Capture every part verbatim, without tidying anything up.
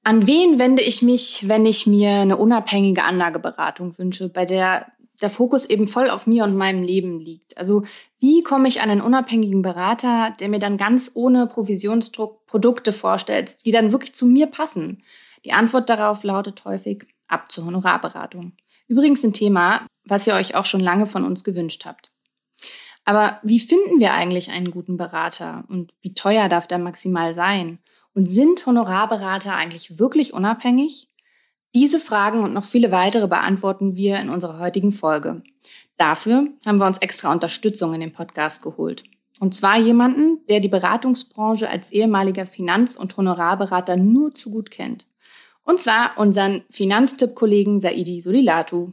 An wen wende ich mich, wenn ich mir eine unabhängige Anlageberatung wünsche, bei der der Fokus eben voll auf mir und meinem Leben liegt? Also wie komme ich an einen unabhängigen Berater, der mir dann ganz ohne Provisionsdruck Produkte vorstellt, die dann wirklich zu mir passen? Die Antwort darauf lautet häufig ab zur Honorarberatung. Übrigens ein Thema, was ihr euch auch schon lange von uns gewünscht habt. Aber wie finden wir eigentlich einen guten Berater und wie teuer darf der maximal sein? Und sind Honorarberater eigentlich wirklich unabhängig? Diese Fragen und noch viele weitere beantworten wir in unserer heutigen Folge. Dafür haben wir uns extra Unterstützung in den Podcast geholt. Und zwar jemanden, der die Beratungsbranche als ehemaliger Finanz- und Honorarberater nur zu gut kennt. Und zwar unseren Finanztipp-Kollegen Saidi Solilatu.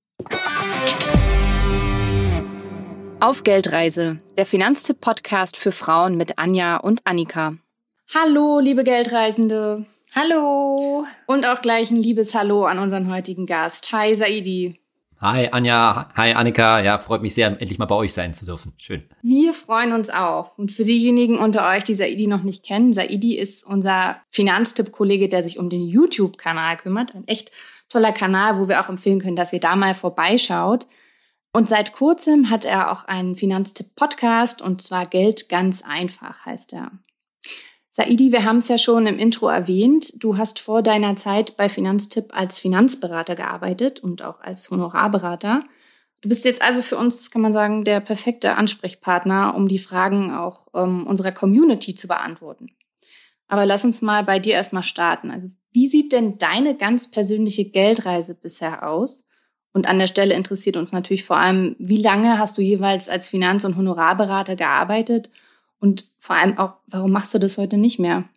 Auf Geldreise, der Finanztipp-Podcast für Frauen mit Anja und Annika. Hallo, liebe Geldreisende. Hallo. Und auch gleich ein liebes Hallo an unseren heutigen Gast. Hi, Saidi. Hi, Anja. Hi, Annika. Ja, freut mich sehr, endlich mal bei euch sein zu dürfen. Schön. Wir freuen uns auch. Und für diejenigen unter euch, die Saidi noch nicht kennen, Saidi ist unser Finanztipp-Kollege, der sich um den YouTube-Kanal kümmert. Ein echt toller Kanal, wo wir auch empfehlen können, dass ihr da mal vorbeischaut. Und seit kurzem hat er auch einen Finanztipp-Podcast, und zwar Geld ganz einfach heißt er. Saidi, wir haben es ja schon im Intro erwähnt. Du hast vor deiner Zeit bei Finanztipp als Finanzberater gearbeitet und auch als Honorarberater. Du bist jetzt also für uns, kann man sagen, der perfekte Ansprechpartner, um die Fragen auch ähm, unserer Community zu beantworten. Aber lass uns mal bei dir erstmal starten. Also wie sieht denn deine ganz persönliche Geldreise bisher aus? Und an der Stelle interessiert uns natürlich vor allem, wie lange hast du jeweils als Finanz- und Honorarberater gearbeitet? Und vor allem auch, warum machst du das heute nicht mehr?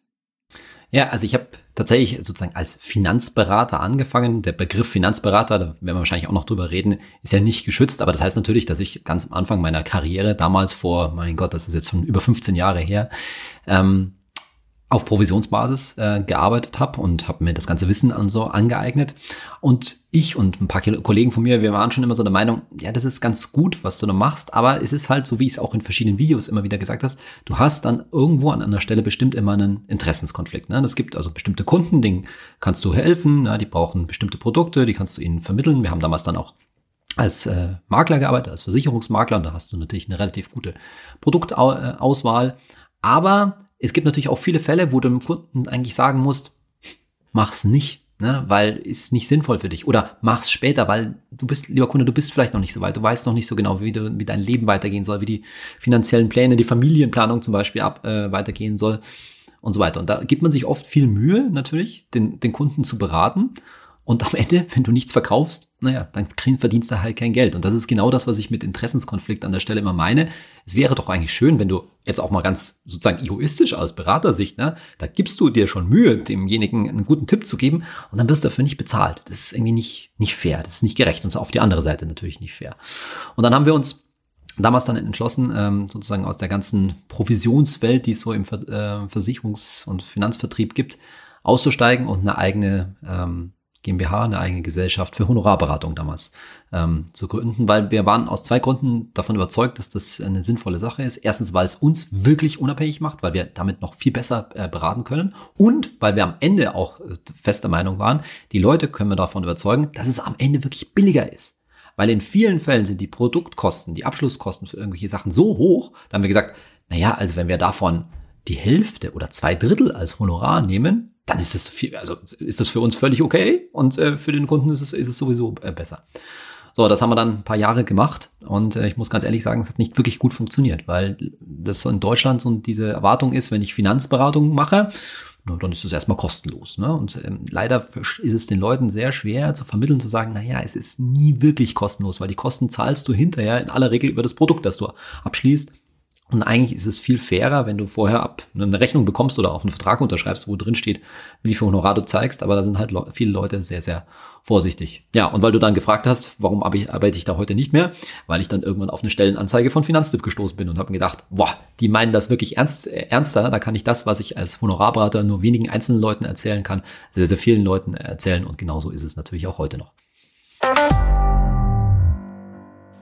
Ja, also ich habe tatsächlich sozusagen als Finanzberater angefangen. Der Begriff Finanzberater, da werden wir wahrscheinlich auch noch drüber reden, ist ja nicht geschützt. Aber das heißt natürlich, dass ich ganz am Anfang meiner Karriere, damals vor, mein Gott, das ist jetzt schon über fünfzehn Jahre her, ähm, auf Provisionsbasis äh, gearbeitet habe und habe mir das ganze Wissen an so angeeignet. Und ich und ein paar Kollegen von mir, wir waren schon immer so der Meinung, ja, das ist ganz gut, was du da machst, aber es ist halt, so wie ich es auch in verschiedenen Videos immer wieder gesagt hast, du hast dann irgendwo an einer Stelle bestimmt immer einen Interessenskonflikt. Ne? Es gibt also bestimmte Kunden, denen kannst du helfen, ne? Die brauchen bestimmte Produkte, die kannst du ihnen vermitteln. Wir haben damals dann auch als äh, Makler gearbeitet, als Versicherungsmakler, und da hast du natürlich eine relativ gute Produktauswahl. Aber es gibt natürlich auch viele Fälle, wo du dem Kunden eigentlich sagen musst, mach's nicht, ne, weil ist nicht sinnvoll für dich. Oder mach's später, weil du bist, lieber Kunde, du bist vielleicht noch nicht so weit. Du weißt noch nicht so genau, wie, du, wie dein Leben weitergehen soll, wie die finanziellen Pläne, die Familienplanung zum Beispiel ab, äh, weitergehen soll und so weiter. Und da gibt man sich oft viel Mühe, natürlich, den, den Kunden zu beraten. Und am Ende, wenn du nichts verkaufst, naja, dann verdienst du halt kein Geld. Und das ist genau das, was ich mit Interessenskonflikt an der Stelle immer meine. Es wäre doch eigentlich schön, wenn du jetzt auch mal ganz sozusagen egoistisch aus Beratersicht, ne, da gibst du dir schon Mühe, demjenigen einen guten Tipp zu geben, und dann wirst du dafür nicht bezahlt. Das ist irgendwie nicht, nicht fair, das ist nicht gerecht, und so auf die andere Seite natürlich nicht fair. Und dann haben wir uns damals dann entschlossen, ähm, sozusagen aus der ganzen Provisionswelt, die es so im Ver- äh, Versicherungs- und Finanzvertrieb gibt, auszusteigen und eine eigene ähm, GmbH, eine eigene Gesellschaft für Honorarberatung damals ähm, zu gründen, weil wir waren aus zwei Gründen davon überzeugt, dass das eine sinnvolle Sache ist. Erstens, weil es uns wirklich unabhängig macht, weil wir damit noch viel besser äh, beraten können, und weil wir am Ende auch äh, fester Meinung waren, die Leute können wir davon überzeugen, dass es am Ende wirklich billiger ist. Weil in vielen Fällen sind die Produktkosten, die Abschlusskosten für irgendwelche Sachen so hoch, da haben wir gesagt, naja, also wenn wir davon die Hälfte oder zwei Drittel als Honorar nehmen, dann ist das viel, also ist das für uns völlig okay, und äh, für den Kunden ist es, ist es sowieso äh, besser. So, das haben wir dann ein paar Jahre gemacht, und äh, ich muss ganz ehrlich sagen, es hat nicht wirklich gut funktioniert, weil das in Deutschland so diese Erwartung ist, wenn ich Finanzberatung mache, na, dann ist es erstmal kostenlos. Ne? Und ähm, leider ist es den Leuten sehr schwer zu vermitteln, zu sagen, naja, es ist nie wirklich kostenlos, weil die Kosten zahlst du hinterher in aller Regel über das Produkt, das du abschließt. Und eigentlich ist es viel fairer, wenn du vorher ab eine Rechnung bekommst oder auch einen Vertrag unterschreibst, wo drin steht, wie viel Honorar du zeigst. Aber da sind halt le- viele Leute sehr, sehr vorsichtig. Ja, und weil du dann gefragt hast, warum arbeite ich da heute nicht mehr? Weil ich dann irgendwann auf eine Stellenanzeige von Finanztipp gestoßen bin und habe mir gedacht, boah, die meinen das wirklich ernst, äh, ernster. Da kann ich das, was ich als Honorarberater nur wenigen einzelnen Leuten erzählen kann, sehr, sehr vielen Leuten erzählen. Und genauso ist es natürlich auch heute noch.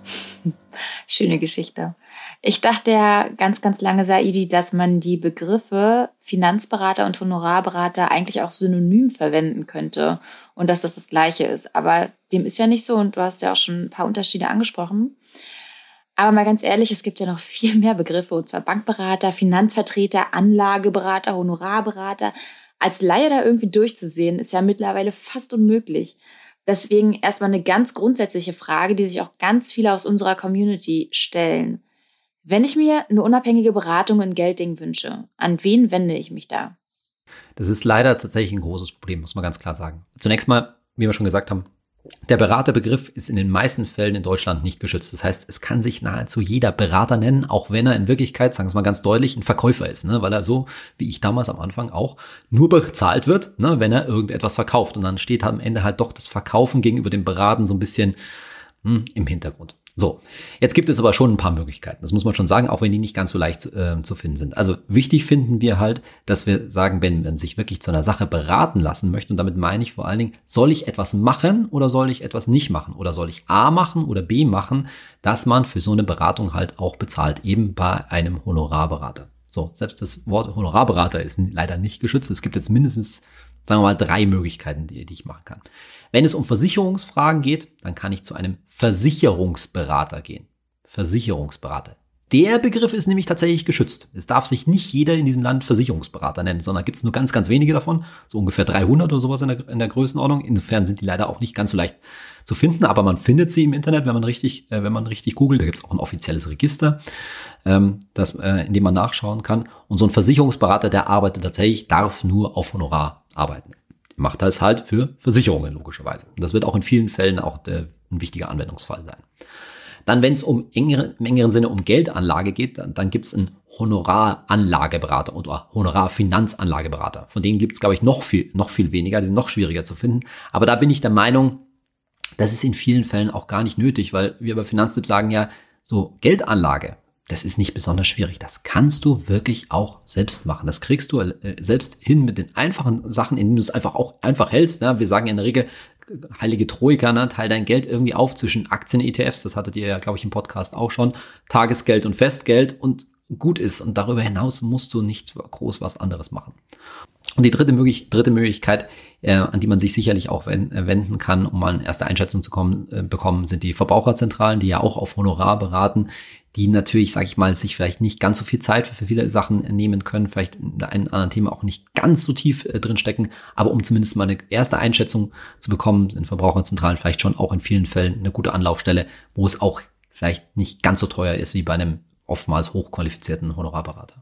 Schöne Geschichte. Ich dachte ja ganz, ganz lange, Saidi, dass man die Begriffe Finanzberater und Honorarberater eigentlich auch synonym verwenden könnte und dass das das Gleiche ist. Aber dem ist ja nicht so und du hast ja auch schon ein paar Unterschiede angesprochen. Aber mal ganz ehrlich, es gibt ja noch viel mehr Begriffe, und zwar Bankberater, Finanzvertreter, Anlageberater, Honorarberater. Als Laie da irgendwie durchzusehen, ist ja mittlerweile fast unmöglich. Deswegen erstmal eine ganz grundsätzliche Frage, die sich auch ganz viele aus unserer Community stellen. Wenn ich mir eine unabhängige Beratung in Gelddingen wünsche, an wen wende ich mich da? Das ist leider tatsächlich ein großes Problem, muss man ganz klar sagen. Zunächst mal, wie wir schon gesagt haben, der Beraterbegriff ist in den meisten Fällen in Deutschland nicht geschützt. Das heißt, es kann sich nahezu jeder Berater nennen, auch wenn er in Wirklichkeit, sagen wir es mal ganz deutlich, ein Verkäufer ist, ne? Weil er so, wie ich damals am Anfang auch, nur bezahlt wird, ne? Wenn er irgendetwas verkauft. Und dann steht am Ende halt doch das Verkaufen gegenüber dem Beraten so ein bisschen hm, im Hintergrund. So, jetzt gibt es aber schon ein paar Möglichkeiten. Das muss man schon sagen, auch wenn die nicht ganz so leicht äh, zu finden sind. Also wichtig finden wir halt, dass wir sagen, wenn man sich wirklich zu einer Sache beraten lassen möchte, und damit meine ich vor allen Dingen, soll ich etwas machen oder soll ich etwas nicht machen? Oder soll ich A machen oder B machen, dass man für so eine Beratung halt auch bezahlt, eben bei einem Honorarberater. So, selbst das Wort Honorarberater ist leider nicht geschützt. Es gibt jetzt mindestens, sagen wir mal, drei Möglichkeiten, die, die ich machen kann. Wenn es um Versicherungsfragen geht, dann kann ich zu einem Versicherungsberater gehen. Versicherungsberater. Der Begriff ist nämlich tatsächlich geschützt. Es darf sich nicht jeder in diesem Land Versicherungsberater nennen, sondern gibt es nur ganz, ganz wenige davon, so ungefähr dreihundert oder sowas in der, in der Größenordnung. Insofern sind die leider auch nicht ganz so leicht zu finden, aber man findet sie im Internet, wenn man richtig, äh, wenn man richtig googelt. Da gibt es auch ein offizielles Register, ähm, das, äh, in dem man nachschauen kann. Und so ein Versicherungsberater, der arbeitet tatsächlich, darf nur auf Honorar arbeiten. Macht das halt für Versicherungen logischerweise. Und das wird auch in vielen Fällen auch der, ein wichtiger Anwendungsfall sein. Dann, wenn es um engere, im engeren Sinne um Geldanlage geht, dann, dann gibt es einen Honoraranlageberater oder Honorarfinanzanlageberater. Von denen gibt es, glaube ich, noch viel, noch viel weniger. Die sind noch schwieriger zu finden. Aber da bin ich der Meinung, das ist in vielen Fällen auch gar nicht nötig, weil wir bei Finanztipps sagen ja, so Geldanlage, das ist nicht besonders schwierig. Das kannst du wirklich auch selbst machen. Das kriegst du äh, selbst hin mit den einfachen Sachen, indem du es einfach auch einfach hältst. Ne? Wir sagen ja in der Regel, heilige Troika, ne? Teil dein Geld irgendwie auf zwischen Aktien-E T Fs, das hattet ihr ja, glaube ich, im Podcast auch schon, Tagesgeld und Festgeld und gut ist. Und darüber hinaus musst du nicht groß was anderes machen. Und die dritte, möglich, dritte Möglichkeit, äh, an die man sich sicherlich auch wenden kann, um mal eine erste Einschätzung zu kommen, äh, bekommen, sind die Verbraucherzentralen, die ja auch auf Honorar beraten, die natürlich, sage ich mal, sich vielleicht nicht ganz so viel Zeit für viele Sachen nehmen können, vielleicht in einem anderen Thema auch nicht ganz so tief äh, drin stecken, aber um zumindest mal eine erste Einschätzung zu bekommen, sind Verbraucherzentralen vielleicht schon auch in vielen Fällen eine gute Anlaufstelle, wo es auch vielleicht nicht ganz so teuer ist wie bei einem oftmals hochqualifizierten Honorarberater.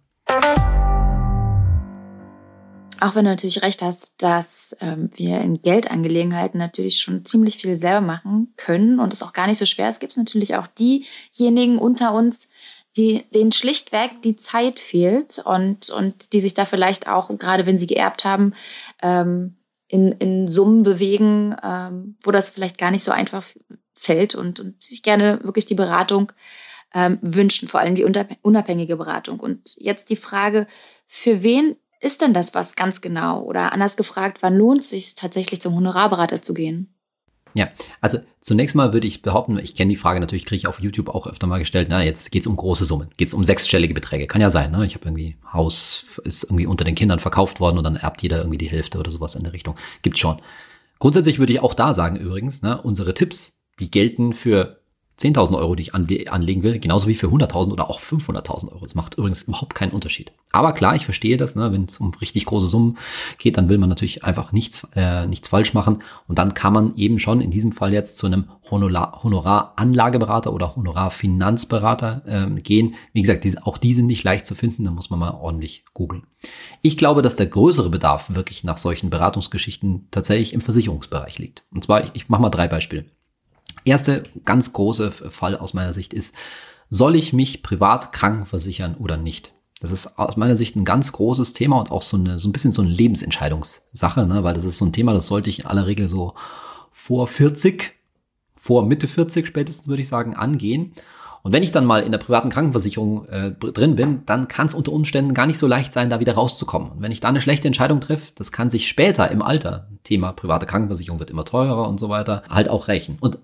Auch wenn du natürlich recht hast, dass ähm, wir in Geldangelegenheiten natürlich schon ziemlich viel selber machen können und es auch gar nicht so schwer ist, gibt es natürlich auch diejenigen unter uns, die, denen schlichtweg die Zeit fehlt und, und die sich da vielleicht auch, gerade wenn sie geerbt haben, ähm, in, in Summen bewegen, ähm, wo das vielleicht gar nicht so einfach fällt und, und sich gerne wirklich die Beratung ähm, wünschen, vor allem die unabhängige Beratung. Und jetzt die Frage, für wen ist denn das was ganz genau? Oder anders gefragt, wann lohnt es sich tatsächlich zum Honorarberater zu gehen? Ja, also zunächst mal würde ich behaupten, ich kenne die Frage natürlich, kriege ich auf YouTube auch öfter mal gestellt, na jetzt geht's um große Summen, geht's um sechsstellige Beträge, kann ja sein, ne? Ich habe irgendwie, Haus ist irgendwie unter den Kindern verkauft worden und dann erbt jeder irgendwie die Hälfte oder sowas in der Richtung, gibt's schon. Grundsätzlich würde ich auch da sagen übrigens, ne, unsere Tipps, die gelten für zehntausend Euro, die ich anle- anlegen will, genauso wie für hunderttausend oder auch fünfhunderttausend Euro. Das macht übrigens überhaupt keinen Unterschied. Aber klar, ich verstehe das, ne? Wenn es um richtig große Summen geht, dann will man natürlich einfach nichts, äh, nichts falsch machen. Und dann kann man eben schon in diesem Fall jetzt zu einem Honorar- Honoraranlageberater oder Honorarfinanzberater ähm, gehen. Wie gesagt, die, auch die sind nicht leicht zu finden, da muss man mal ordentlich googeln. Ich glaube, dass der größere Bedarf wirklich nach solchen Beratungsgeschichten tatsächlich im Versicherungsbereich liegt. Und zwar, ich, ich mache mal drei Beispiele. Erste ganz große Fall aus meiner Sicht ist, soll ich mich privat krankenversichern oder nicht? Das ist aus meiner Sicht ein ganz großes Thema und auch so, eine, so ein bisschen so eine Lebensentscheidungssache, ne? Weil das ist so ein Thema, das sollte ich in aller Regel so vor vierzig, vor Mitte vierzig spätestens würde ich sagen, angehen. Und wenn ich dann mal in der privaten Krankenversicherung äh, drin bin, dann kann es unter Umständen gar nicht so leicht sein, da wieder rauszukommen. Und wenn ich da eine schlechte Entscheidung treffe, das kann sich später im Alter, Thema private Krankenversicherung wird immer teurer und so weiter, halt auch rächen. Und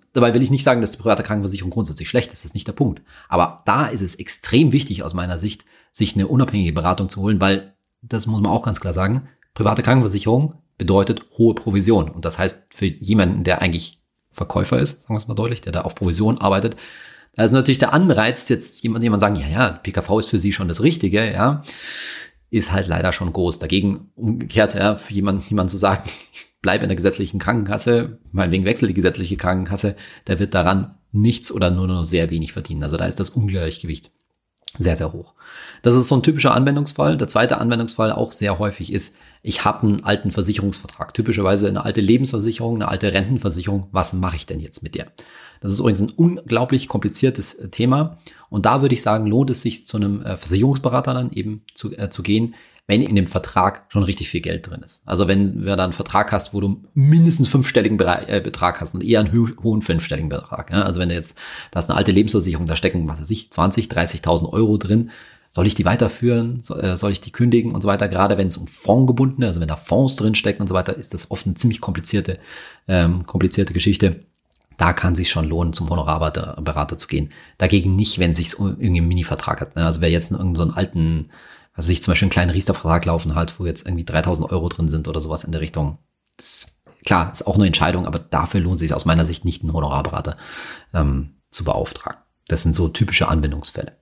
Dabei will ich nicht sagen, dass die private Krankenversicherung grundsätzlich schlecht ist, das ist nicht der Punkt. Aber da ist es extrem wichtig aus meiner Sicht, sich eine unabhängige Beratung zu holen, weil, das muss man auch ganz klar sagen, private Krankenversicherung bedeutet hohe Provision. Und das heißt, für jemanden, der eigentlich Verkäufer ist, sagen wir es mal deutlich, der da auf Provision arbeitet, da ist natürlich der Anreiz, jetzt jemand, jemand sagen, ja, ja, P K V ist für Sie schon das Richtige, ja, ist halt leider schon groß. Dagegen umgekehrt, ja, für jemanden, jemand zu sagen, bleib in der gesetzlichen Krankenkasse, meinetwegen wechsel die gesetzliche Krankenkasse, der wird daran nichts oder nur noch sehr wenig verdienen. Also da ist das Ungleichgewicht sehr, sehr hoch. Das ist so ein typischer Anwendungsfall. Der zweite Anwendungsfall auch sehr häufig ist, ich habe einen alten Versicherungsvertrag, typischerweise eine alte Lebensversicherung, eine alte Rentenversicherung. Was mache ich denn jetzt mit der? Das ist übrigens ein unglaublich kompliziertes Thema. Und da würde ich sagen, lohnt es sich, zu einem Versicherungsberater dann eben zu, äh, zu gehen, wenn in dem Vertrag schon richtig viel Geld drin ist. Also wenn du da einen Vertrag hast, wo du mindestens fünfstelligen Bereich, äh, Betrag hast und eher einen ho- hohen fünfstelligen Betrag. Ja? Also wenn du jetzt, da ist eine alte Lebensversicherung, da stecken, was weiß ich, zwanzig, dreißigtausend Euro drin. Soll ich die weiterführen? So, äh, soll ich die kündigen und so weiter? Gerade wenn es um fondgebundene, also wenn da Fonds drin stecken und so weiter, ist das oft eine ziemlich komplizierte, ähm, komplizierte Geschichte. Da kann es sich schon lohnen, zum Honorarberater Berater zu gehen. Dagegen nicht, wenn es sich irgendwie einen Mini-Vertrag hat. Ne? Also wer jetzt irgendeinen so einen alten, was weiß ich, zum Beispiel einen kleinen Riester-Vertrag laufen hat, wo jetzt irgendwie dreitausend Euro drin sind oder sowas in der Richtung. Das, klar, ist auch eine Entscheidung, aber dafür lohnt es sich aus meiner Sicht nicht, einen Honorarberater ähm, zu beauftragen. Das sind so typische Anwendungsfälle.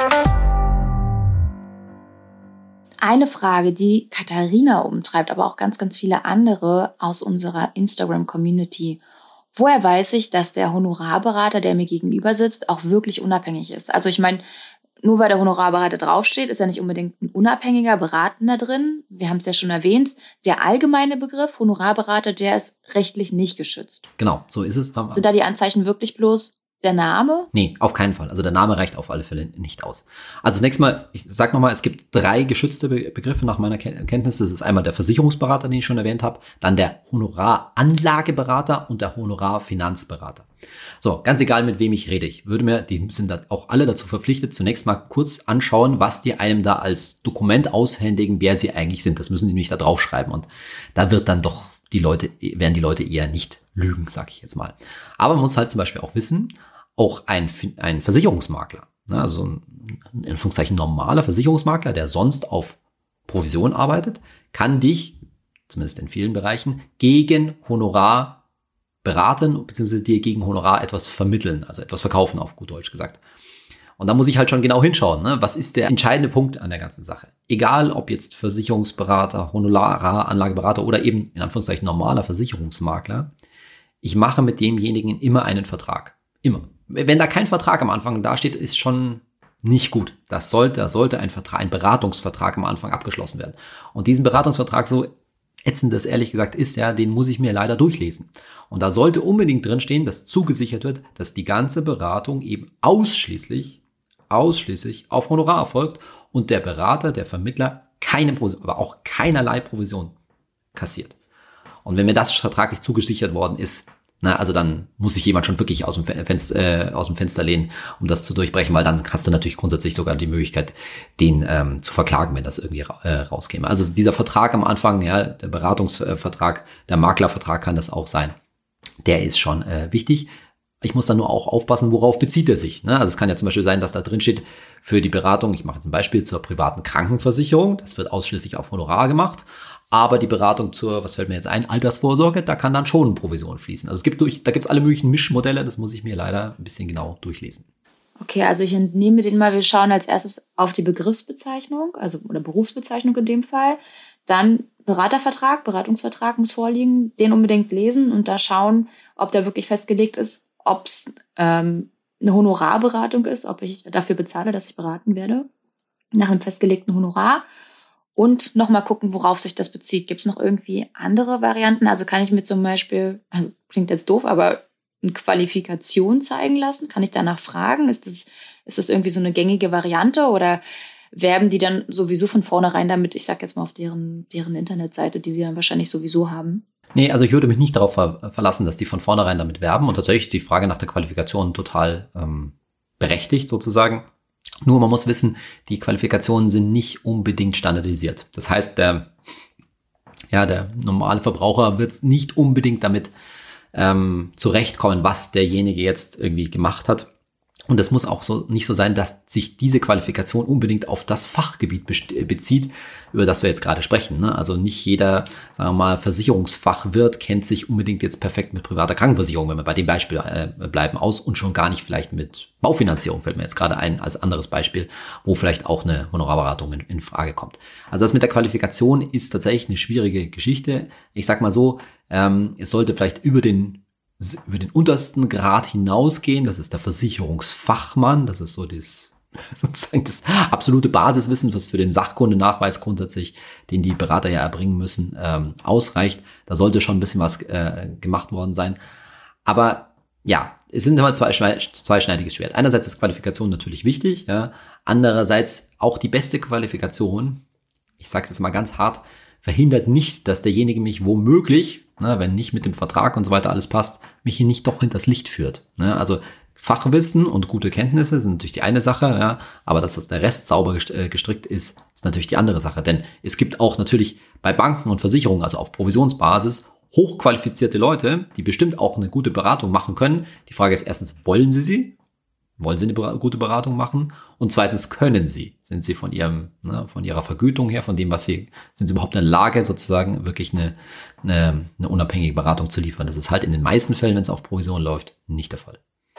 Eine Frage, die Katharina umtreibt, aber auch ganz, ganz viele andere aus unserer Instagram-Community. Woher weiß ich, dass der Honorarberater, der mir gegenüber sitzt, auch wirklich unabhängig ist? Also ich meine, nur weil der Honorarberater draufsteht, ist ja nicht unbedingt ein unabhängiger Beratender drin. Wir haben es ja schon erwähnt, der allgemeine Begriff Honorarberater, der ist rechtlich nicht geschützt. Genau, so ist es. Sind da die Anzeichen wirklich bloß der Name? Nee, auf keinen Fall. Also der Name reicht auf alle Fälle nicht aus. Also zunächst mal, ich sag nochmal, es gibt drei geschützte Be- Begriffe nach meiner Kenntnis. Das ist einmal der Versicherungsberater, den ich schon erwähnt habe, dann der Honoraranlageberater und der Honorarfinanzberater. So, ganz egal, mit wem ich rede. Ich würde mir, die sind da auch alle dazu verpflichtet, zunächst mal kurz anschauen, was die einem da als Dokument aushändigen, wer sie eigentlich sind. Das müssen die nämlich da draufschreiben. Und da wird dann doch die Leute, werden die Leute eher nicht lügen, sage ich jetzt mal. Aber man muss halt zum Beispiel auch wissen, auch ein, ein Versicherungsmakler, ne, also ein, in Anführungszeichen normaler Versicherungsmakler, der sonst auf Provision arbeitet, kann dich, zumindest in vielen Bereichen, gegen Honorar beraten, beziehungsweise dir gegen Honorar etwas vermitteln, also etwas verkaufen, auf gut Deutsch gesagt. Und da muss ich halt schon genau hinschauen, ne? Was ist der entscheidende Punkt an der ganzen Sache? Egal, ob jetzt Versicherungsberater, Honoraranlageberater oder eben in Anführungszeichen normaler Versicherungsmakler, ich mache mit demjenigen immer einen Vertrag. Immer. Wenn da kein Vertrag am Anfang dasteht, ist schon nicht gut. Das sollte, das sollte ein Vertrag, ein Beratungsvertrag am Anfang abgeschlossen werden. Und diesen Beratungsvertrag, so ätzend das ehrlich gesagt ist, ja, den muss ich mir leider durchlesen. Und da sollte unbedingt drinstehen, dass zugesichert wird, dass die ganze Beratung eben ausschließlich, ausschließlich auf Honorar erfolgt und der Berater, der Vermittler, keine, aber auch keinerlei Provision kassiert. Und wenn mir das vertraglich zugesichert worden ist, na, also dann muss sich jemand schon wirklich aus dem Fenster, äh, aus dem Fenster lehnen, um das zu durchbrechen, weil dann hast du natürlich grundsätzlich sogar die Möglichkeit, den ähm, zu verklagen, wenn das irgendwie äh, rauskäme. Also dieser Vertrag am Anfang, ja, der Beratungsvertrag, der Maklervertrag kann das auch sein. Der ist schon äh, wichtig. Ich muss dann nur auch aufpassen, worauf bezieht er sich. Ne? Also es kann ja zum Beispiel sein, dass da drin steht, für die Beratung, ich mache jetzt ein Beispiel zur privaten Krankenversicherung, das wird ausschließlich auf Honorar gemacht. Aber die Beratung zur, was fällt mir jetzt ein, Altersvorsorge, da kann dann schon Provision fließen. Also es gibt durch, da gibt es alle möglichen Mischmodelle, das muss ich mir leider ein bisschen genau durchlesen. Okay, also ich entnehme den mal, wir schauen als erstes auf die Begriffsbezeichnung, also oder Berufsbezeichnung in dem Fall. Dann Beratervertrag, Beratungsvertrag muss vorliegen, den unbedingt lesen und da schauen, ob da wirklich festgelegt ist, ob es ähm, eine Honorarberatung ist, ob ich dafür bezahle, dass ich beraten werde, nach einem festgelegten Honorar. Und nochmal gucken, worauf sich das bezieht. Gibt es noch irgendwie andere Varianten? Also kann ich mir zum Beispiel, also klingt jetzt doof, aber eine Qualifikation zeigen lassen? Kann ich danach fragen? Ist das, ist das irgendwie so eine gängige Variante? Oder werben die dann sowieso von vornherein damit, ich sag jetzt mal auf deren, deren Internetseite, die sie dann wahrscheinlich sowieso haben? Nee, also ich würde mich nicht darauf ver- verlassen, dass die von vornherein damit werben. Und tatsächlich ist die Frage nach der Qualifikation total ähm, berechtigt sozusagen. Nur man muss wissen, die Qualifikationen sind nicht unbedingt standardisiert. Das heißt, der, ja, der normale Verbraucher wird nicht unbedingt damit ähm, zurechtkommen, was derjenige jetzt irgendwie gemacht hat. Und das muss auch so nicht so sein, dass sich diese Qualifikation unbedingt auf das Fachgebiet bezieht, über das wir jetzt gerade sprechen. Ne? Also nicht jeder, sagen wir mal, Versicherungsfachwirt kennt sich unbedingt jetzt perfekt mit privater Krankenversicherung, wenn wir bei dem Beispiel äh, bleiben, aus und schon gar nicht vielleicht mit Baufinanzierung, fällt mir jetzt gerade ein als anderes Beispiel, wo vielleicht auch eine Honorarberatung in, in Frage kommt. Also das mit der Qualifikation ist tatsächlich eine schwierige Geschichte. Ich sag mal so, ähm, es sollte vielleicht über den über den untersten Grad hinausgehen. Das ist der Versicherungsfachmann. Das ist so das, sozusagen das absolute Basiswissen, was für den Sachkundenachweis grundsätzlich, den die Berater ja erbringen müssen, ähm, ausreicht. Da sollte schon ein bisschen was äh, gemacht worden sein. Aber ja, es sind immer zwei zweischneidiges Schwert. Einerseits ist Qualifikation natürlich wichtig. Ja. Andererseits auch die beste Qualifikation, ich sage es jetzt mal ganz hart, verhindert nicht, dass derjenige mich womöglich, ne, wenn nicht mit dem Vertrag und so weiter alles passt, mich hier nicht doch hinters Licht führt. Ne? Also Fachwissen und gute Kenntnisse sind natürlich die eine Sache, ja, aber dass das der Rest sauber gestrickt ist, ist natürlich die andere Sache. Denn es gibt auch natürlich bei Banken und Versicherungen, also auf Provisionsbasis, hochqualifizierte Leute, die bestimmt auch eine gute Beratung machen können. Die Frage ist erstens, wollen sie sie? Wollen sie eine gute Beratung machen? Und zweitens, können sie? Sind sie von ihrem, ne, von ihrer Vergütung her, von dem, was sie, sind sie überhaupt in der Lage, sozusagen wirklich eine, eine, eine unabhängige Beratung zu liefern? Das ist halt in den meisten Fällen, wenn es auf Provision läuft, nicht der Fall.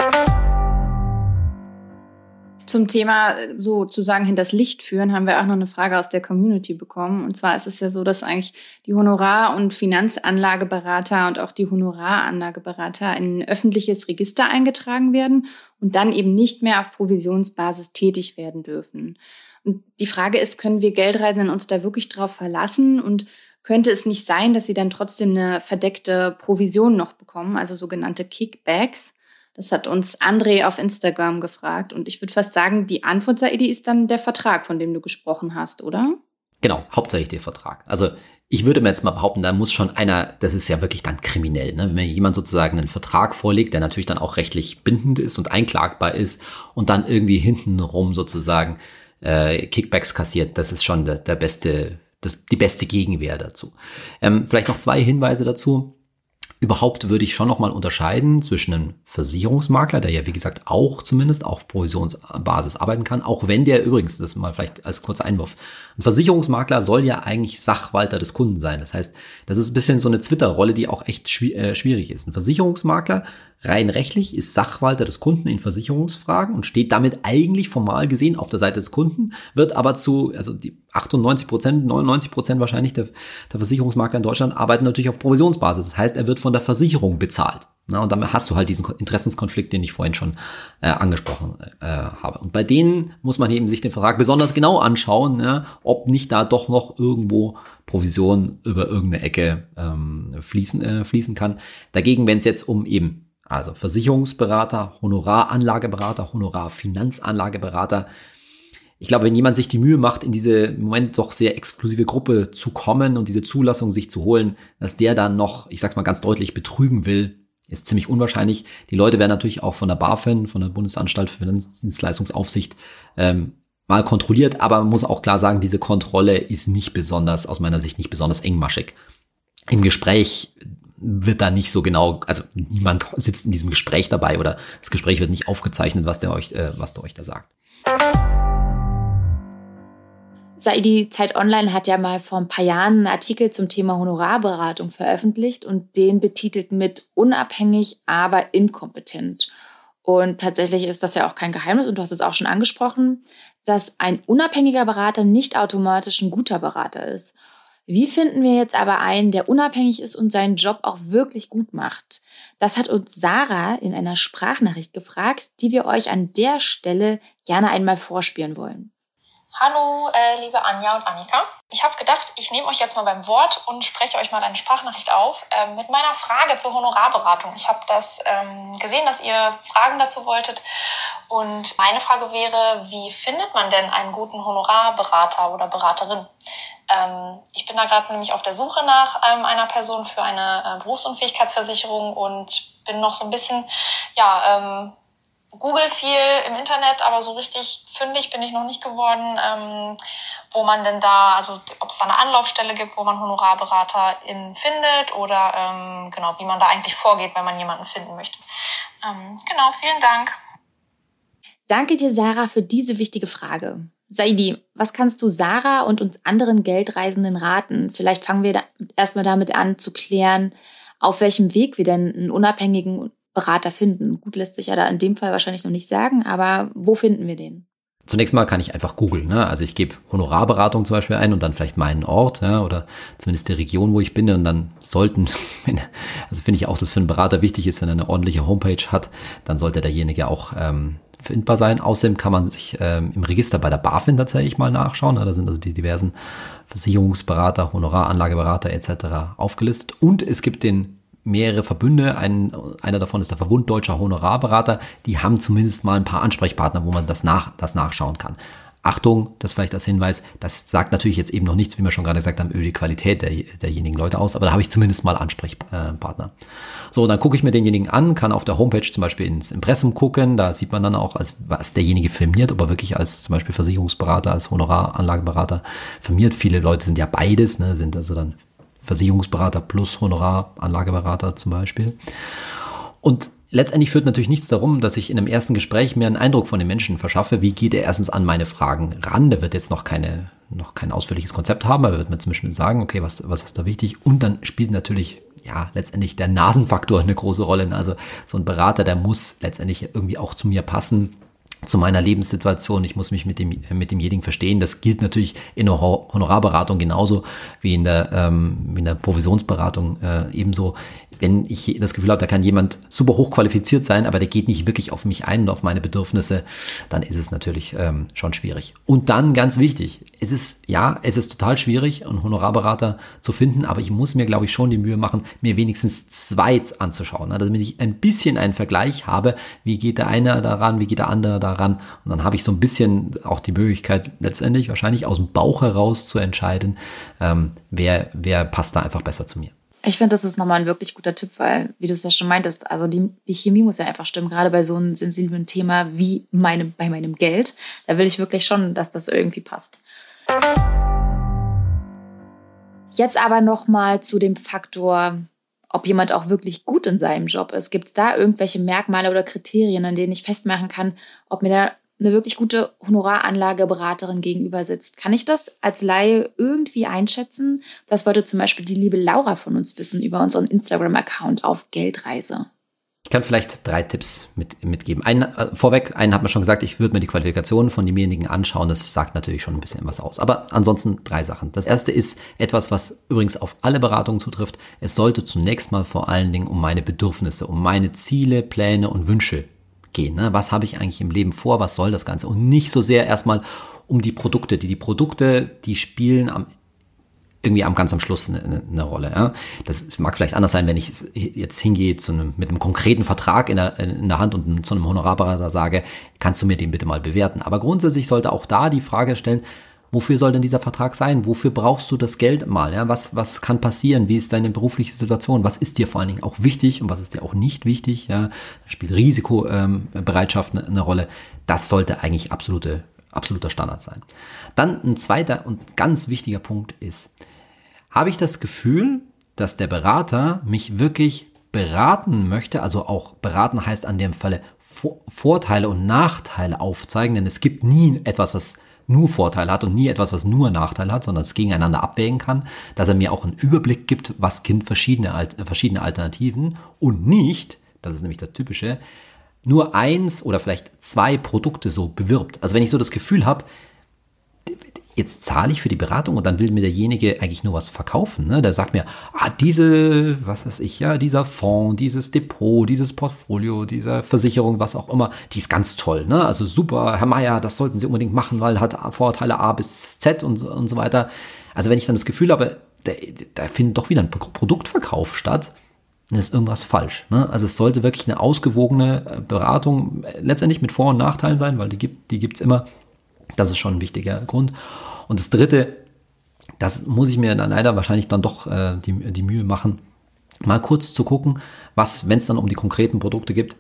Zum Thema sozusagen hinters Licht führen, haben wir auch noch eine Frage aus der Community bekommen. Und zwar ist es ja so, dass eigentlich die Honorar- und Finanzanlageberater und auch die Honoraranlageberater in ein öffentliches Register eingetragen werden und dann eben nicht mehr auf Provisionsbasis tätig werden dürfen. Und die Frage ist, können wir Geldreisenden uns da wirklich drauf verlassen? Und könnte es nicht sein, dass sie dann trotzdem eine verdeckte Provision noch bekommen, also sogenannte Kickbacks? Das hat uns André auf Instagram gefragt. Und ich würde fast sagen, die Antwort, Saidi, ist dann der Vertrag, von dem du gesprochen hast, oder? Genau, hauptsächlich der Vertrag. Also ich würde mir jetzt mal behaupten, da muss schon einer, das ist ja wirklich dann kriminell, ne? Wenn mir jemand sozusagen einen Vertrag vorlegt, der natürlich dann auch rechtlich bindend ist und einklagbar ist und dann irgendwie hintenrum sozusagen äh, Kickbacks kassiert, das ist schon der, der beste, das, die beste Gegenwehr dazu. Ähm, vielleicht noch zwei Hinweise dazu. Überhaupt würde ich schon nochmal unterscheiden zwischen einem Versicherungsmakler, der ja wie gesagt auch zumindest auf Provisionsbasis arbeiten kann, auch wenn der übrigens, das mal vielleicht als kurzer Einwurf, ein Versicherungsmakler soll ja eigentlich Sachwalter des Kunden sein. Das heißt, das ist ein bisschen so eine Twitter-Rolle, die auch echt schwierig ist. Ein Versicherungsmakler rein rechtlich ist Sachwalter des Kunden in Versicherungsfragen und steht damit eigentlich formal gesehen auf der Seite des Kunden, wird aber zu, also die achtundneunzig Prozent, neunundneunzig Prozent wahrscheinlich der, der Versicherungsmakler in Deutschland arbeiten natürlich auf Provisionsbasis. Das heißt, er wird von der Versicherung bezahlt. Na, und damit hast du halt diesen Interessenskonflikt, den ich vorhin schon äh, angesprochen äh, habe. Und bei denen muss man eben sich den Vertrag besonders genau anschauen, ja, ob nicht da doch noch irgendwo Provision über irgendeine Ecke ähm, fließen, äh, fließen kann. Dagegen, wenn es jetzt um eben also Versicherungsberater, Honoraranlageberater, Honorarfinanzanlageberater. Ich glaube, wenn jemand sich die Mühe macht, in diese im Moment doch sehr exklusive Gruppe zu kommen und diese Zulassung sich zu holen, dass der dann noch, ich sag's mal ganz deutlich, betrügen will, ist ziemlich unwahrscheinlich. Die Leute werden natürlich auch von der BaFin, von der Bundesanstalt für Finanzdienstleistungsaufsicht, ähm, mal kontrolliert, aber man muss auch klar sagen, diese Kontrolle ist nicht besonders, aus meiner Sicht nicht besonders engmaschig. Im Gespräch wird da nicht so genau, also niemand sitzt in diesem Gespräch dabei oder das Gespräch wird nicht aufgezeichnet, was der euch, äh, was der euch da sagt. Saidi, Zeit Online hat ja mal vor ein paar Jahren einen Artikel zum Thema Honorarberatung veröffentlicht und den betitelt mit unabhängig, aber inkompetent. Und tatsächlich ist das ja auch kein Geheimnis und du hast es auch schon angesprochen, dass ein unabhängiger Berater nicht automatisch ein guter Berater ist. Wie finden wir jetzt aber einen, der unabhängig ist und seinen Job auch wirklich gut macht? Das hat uns Sarah in einer Sprachnachricht gefragt, die wir euch an der Stelle gerne einmal vorspielen wollen. Hallo, äh, liebe Anja und Annika. Ich habe gedacht, ich nehme euch jetzt mal beim Wort und spreche euch mal eine Sprachnachricht auf äh, mit meiner Frage zur Honorarberatung. Ich habe das ähm, gesehen, dass ihr Fragen dazu wolltet. Und meine Frage wäre, wie findet man denn einen guten Honorarberater oder Beraterin? Ähm, ich bin da gerade nämlich auf der Suche nach ähm, einer Person für eine äh, Berufsunfähigkeitsversicherung und bin noch so ein bisschen, ja, ähm, google viel im Internet, aber so richtig fündig bin ich noch nicht geworden, ähm, wo man denn da, also ob es da eine Anlaufstelle gibt, wo man HonorarberaterInnen findet oder ähm, genau, wie man da eigentlich vorgeht, wenn man jemanden finden möchte. Ähm, genau, vielen Dank. Danke dir, Sarah, für diese wichtige Frage. Saidi, was kannst du Sarah und uns anderen Geldreisenden raten? Vielleicht fangen wir da erstmal damit an zu klären, auf welchem Weg wir denn einen unabhängigen Berater finden. Gut, lässt sich ja da in dem Fall wahrscheinlich noch nicht sagen, aber wo finden wir den? Zunächst mal kann ich einfach googeln. Ne? Also ich gebe Honorarberatung zum Beispiel ein und dann vielleicht meinen Ort, ja, oder zumindest die Region, wo ich bin. Und dann sollten, also finde ich auch, dass für einen Berater wichtig ist, wenn er eine ordentliche Homepage hat, dann sollte derjenige auch ähm, findbar sein. Außerdem kann man sich ähm, im Register bei der BaFin tatsächlich mal nachschauen. Da sind also die diversen Versicherungsberater, Honoraranlageberater et cetera aufgelistet. Und es gibt den mehrere Verbünde, ein, einer davon ist der Verbund Deutscher Honorarberater, die haben zumindest mal ein paar Ansprechpartner, wo man das, nach, das nachschauen kann. Achtung, das vielleicht als Hinweis, das sagt natürlich jetzt eben noch nichts, wie wir schon gerade gesagt haben, über die Qualität der, derjenigen Leute aus, aber da habe ich zumindest mal Ansprechpartner. So, dann gucke ich mir denjenigen an, kann auf der Homepage zum Beispiel ins Impressum gucken, da sieht man dann auch, als was derjenige firmiert, ob er wirklich als zum Beispiel Versicherungsberater, als Honoraranlageberater firmiert. Viele Leute sind ja beides, ne, sind also dann Versicherungsberater plus Honoraranlageberater zum Beispiel. Und letztendlich führt natürlich nichts darum, dass ich in einem ersten Gespräch mir einen Eindruck von den Menschen verschaffe, wie geht er erstens an meine Fragen ran. Der wird jetzt noch keine, noch kein ausführliches Konzept haben, aber er wird mir zum Beispiel sagen, okay, was, was ist da wichtig? Und dann spielt natürlich, ja, letztendlich der Nasenfaktor eine große Rolle. Also so ein Berater, der muss letztendlich irgendwie auch zu mir passen, zu meiner Lebenssituation. Ich muss mich mit dem mit demjenigen verstehen. Das gilt natürlich in der Honorarberatung genauso wie in der ähm, wie in der Provisionsberatung äh, ebenso. Wenn ich das Gefühl habe, da kann jemand super hochqualifiziert sein, aber der geht nicht wirklich auf mich ein und auf meine Bedürfnisse, dann ist es natürlich ähm, schon schwierig. Und dann ganz wichtig, es ist, ja, es ist total schwierig, einen Honorarberater zu finden, aber ich muss mir, glaube ich, schon die Mühe machen, mir wenigstens zwei anzuschauen, ne, damit ich ein bisschen einen Vergleich habe, wie geht der eine daran, wie geht der andere daran, und dann habe ich so ein bisschen auch die Möglichkeit, letztendlich wahrscheinlich aus dem Bauch heraus zu entscheiden, ähm, wer, wer passt da einfach besser zu mir. Ich finde, das ist nochmal ein wirklich guter Tipp, weil, wie du es ja schon meintest, also die, die Chemie muss ja einfach stimmen, gerade bei so einem sensiblen Thema wie meinem, bei meinem Geld. Da will ich wirklich schon, dass das irgendwie passt. Jetzt aber nochmal zu dem Faktor, ob jemand auch wirklich gut in seinem Job ist. Gibt es da irgendwelche Merkmale oder Kriterien, an denen ich festmachen kann, ob mir da eine wirklich gute Honoraranlageberaterin gegenüber sitzt? Kann ich das als Laie irgendwie einschätzen? Was wollte zum Beispiel die liebe Laura von uns wissen über unseren Instagram-Account auf Geldreise? Ich kann vielleicht drei Tipps mit, mitgeben. Einen, äh, vorweg, einen hat man schon gesagt, ich würde mir die Qualifikationen von demjenigen anschauen. Das sagt natürlich schon ein bisschen was aus. Aber ansonsten drei Sachen. Das erste ist etwas, was übrigens auf alle Beratungen zutrifft. Es sollte zunächst mal vor allen Dingen um meine Bedürfnisse, um meine Ziele, Pläne und Wünsche gehen. Ne? Was habe ich eigentlich im Leben vor? Was soll das Ganze? Und nicht so sehr erstmal um die Produkte. Die, die Produkte, die spielen am irgendwie am ganz am Schluss eine, eine Rolle. Ja? Das mag vielleicht anders sein, wenn ich jetzt hingehe zu einem, mit einem konkreten Vertrag in der, in der Hand und zu einem Honorarberater sage, kannst du mir den bitte mal bewerten? Aber grundsätzlich sollte auch da die Frage stellen, wofür soll denn dieser Vertrag sein? Wofür brauchst du das Geld mal? Ja? Was, was kann passieren? Wie ist deine berufliche Situation? Was ist dir vor allen Dingen auch wichtig und was ist dir auch nicht wichtig? Ja? Da spielt Risikobereitschaft eine, eine Rolle. Das sollte eigentlich absolute, absoluter Standard sein. Dann ein zweiter und ganz wichtiger Punkt ist, habe ich das Gefühl, dass der Berater mich wirklich beraten möchte, also auch beraten heißt an dem Falle Vorteile und Nachteile aufzeigen, denn es gibt nie etwas, was nur Vorteile hat und nie etwas, was nur Nachteile hat, sondern es gegeneinander abwägen kann, dass er mir auch einen Überblick gibt, was sind verschiedene, verschiedene Alternativen und nicht, das ist nämlich das Typische, nur eins oder vielleicht zwei Produkte so bewirbt. Also wenn ich so das Gefühl habe, jetzt zahle ich für die Beratung und dann will mir derjenige eigentlich nur was verkaufen. Ne? Der sagt mir, ah, diese, was weiß ich, ja, dieser Fonds, dieses Depot, dieses Portfolio, diese Versicherung, was auch immer, die ist ganz toll. Ne? Also super, Herr Meier, das sollten Sie unbedingt machen, weil hat Vorteile A bis Z und so, und so weiter. Also wenn ich dann das Gefühl habe, da, da findet doch wieder ein Produktverkauf statt, dann ist irgendwas falsch. Ne? Also es sollte wirklich eine ausgewogene Beratung letztendlich mit Vor- und Nachteilen sein, weil die gibt die gibt's immer. Das ist schon ein wichtiger Grund. Und das Dritte, das muss ich mir dann leider wahrscheinlich dann doch äh, die, die Mühe machen, mal kurz zu gucken, was, wenn es dann um die konkreten Produkte geht,